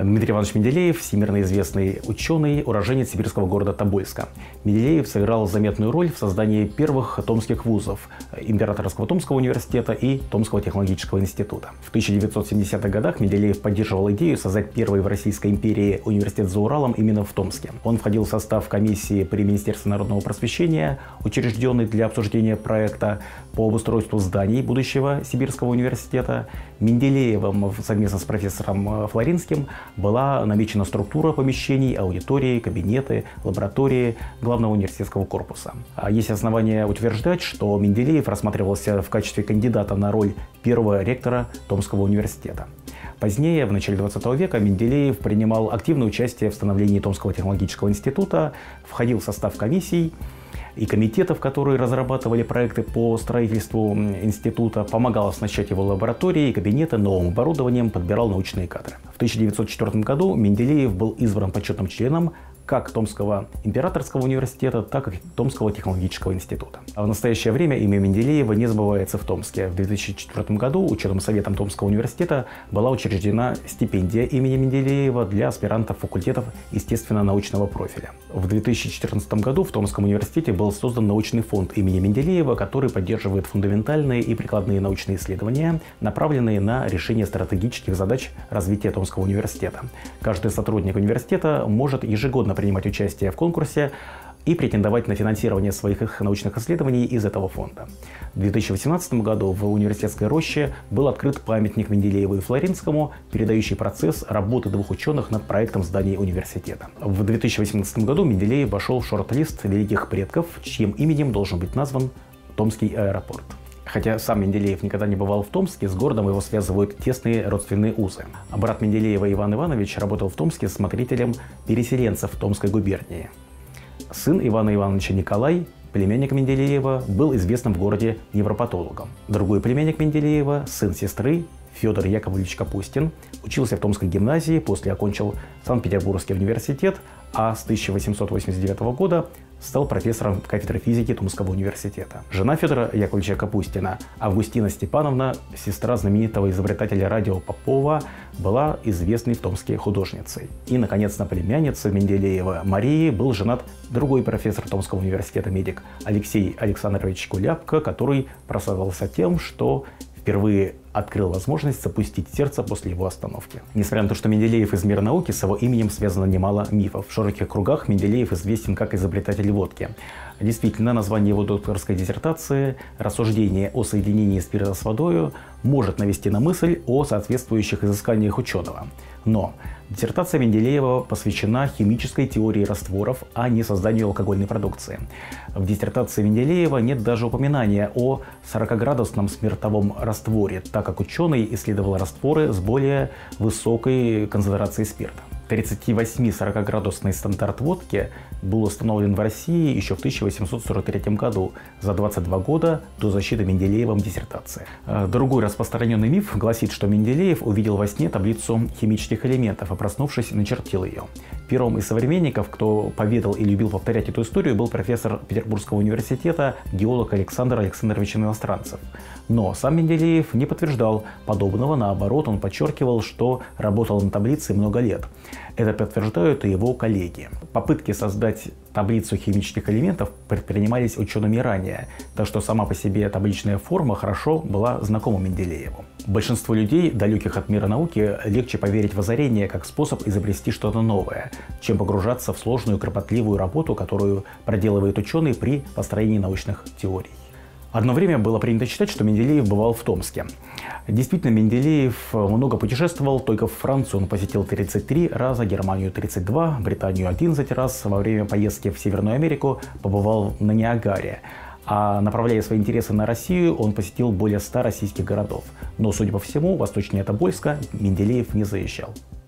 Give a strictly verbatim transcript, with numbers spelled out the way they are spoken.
Дмитрий Иванович Менделеев – всемирно известный ученый, уроженец сибирского города Тобольска. Менделеев сыграл заметную роль в создании первых томских вузов – Императорского Томского университета и Томского технологического института. В тысяча девятьсот семидесятых годах Менделеев поддерживал идею создать первый в Российской империи университет за Уралом именно в Томске. Он входил в состав комиссии при Министерстве народного просвещения, учрежденной для обсуждения проекта по обустройству зданий будущего Сибирского университета. Менделеевым совместно с профессором Флоринским была намечена структура помещений, аудитории, кабинеты, лаборатории главного университетского корпуса. Есть основания утверждать, что Менделеев рассматривался в качестве кандидата на роль первого ректора Томского университета. Позднее, в начале двадцатого века, Менделеев принимал активное участие в становлении Томского технологического института, входил в состав комиссий и комитетов, которые разрабатывали проекты по строительству института, помогал оснащать его лаборатории и кабинеты новым оборудованием, подбирал научные кадры. В тысяча девятьсот четвёртом году Менделеев был избран почетным членом как Томского императорского университета, так и Томского технологического института. А в настоящее время имя Менделеева не забывается в Томске. В две тысячи четвёртом году ученым советом Томского университета была учреждена стипендия имени Менделеева для аспирантов факультетов естественно-научного профиля. В две тысячи четырнадцатом году в Томском университете был создан научный фонд имени Менделеева, который поддерживает фундаментальные и прикладные научные исследования, направленные на решение стратегических задач развития Томского университета. Каждый сотрудник университета может ежегодно принимать участие в конкурсе и претендовать на финансирование своих научных исследований из этого фонда. В две тысячи восемнадцатом году в университетской роще был открыт памятник Менделееву и Флоринскому, передающий процесс работы двух ученых над проектом зданий университета. В две тысячи восемнадцатом году Менделеев вошел в шорт-лист великих предков, чьим именем должен быть назван Томский аэропорт. Хотя сам Менделеев никогда не бывал в Томске, с городом его связывают тесные родственные узы. А брат Менделеева Иван Иванович работал в Томске смотрителем переселенцев Томской губернии. Сын Ивана Ивановича Николай, племянник Менделеева, был известным в городе невропатологом. Другой племянник Менделеева, сын сестры, Федор Яковлевич Капустин, учился в Томской гимназии, после окончил Санкт-Петербургский университет, а с тысяча восемьсот восемьдесят девятого года стал профессором кафедры физики Томского университета. Жена Федора Яковлевича Капустина, Августина Степановна, сестра знаменитого изобретателя радио Попова, была известной в Томске художницей. И, наконец, на племяннице Менделеева Марии был женат другой профессор Томского университета, медик Алексей Александрович Куляпко, который прославился тем, что впервые открыл возможность запустить сердце после его остановки. Несмотря на то, что Менделеев из мира науки, с его именем связано немало мифов. В широких кругах Менделеев известен как изобретатель водки. Действительно, название его докторской диссертации «Рассуждение о соединении спирта с водой» может навести на мысль о соответствующих изысканиях ученого. Но диссертация Менделеева посвящена химической теории растворов, а не созданию алкогольной продукции. В диссертации Менделеева нет даже упоминания о сорокаградусном спиртовом растворе, так как ученый исследовал растворы с более высокой концентрацией спирта. тридцативосьми-сорокаградусный стандарт водки был установлен в России еще в тысяча восемьсот сорок третьем году, за двадцать два года до защиты Менделеевым диссертации. Другой распространенный миф гласит, что Менделеев увидел во сне таблицу химических элементов, а проснувшись, начертил ее. Первым из современников, кто поведал и любил повторять эту историю, был профессор Петербургского университета, геолог Александр Александрович Иностранцев. Но сам Менделеев не подтверждал подобного, наоборот, он подчеркивал, что работал на таблице много лет. Это подтверждают и его коллеги. Попытки создать таблицу химических элементов предпринимались учеными ранее, так что сама по себе табличная форма хорошо была знакома Менделееву. Большинству людей, далеких от мира науки, легче поверить в озарение как способ изобрести что-то новое, чем погружаться в сложную кропотливую работу, которую проделывает ученый при построении научных теорий. Одно время было принято считать, что Менделеев бывал в Томске. Действительно, Менделеев много путешествовал, только в Францию он посетил тридцать три раза, Германию тридцать два, Британию одиннадцать раз. Во время поездки в Северную Америку побывал на Ниагаре. А направляя свои интересы на Россию, он посетил более ста российских городов. Но, судя по всему, восточнее Тобольска Менделеев не заезжал.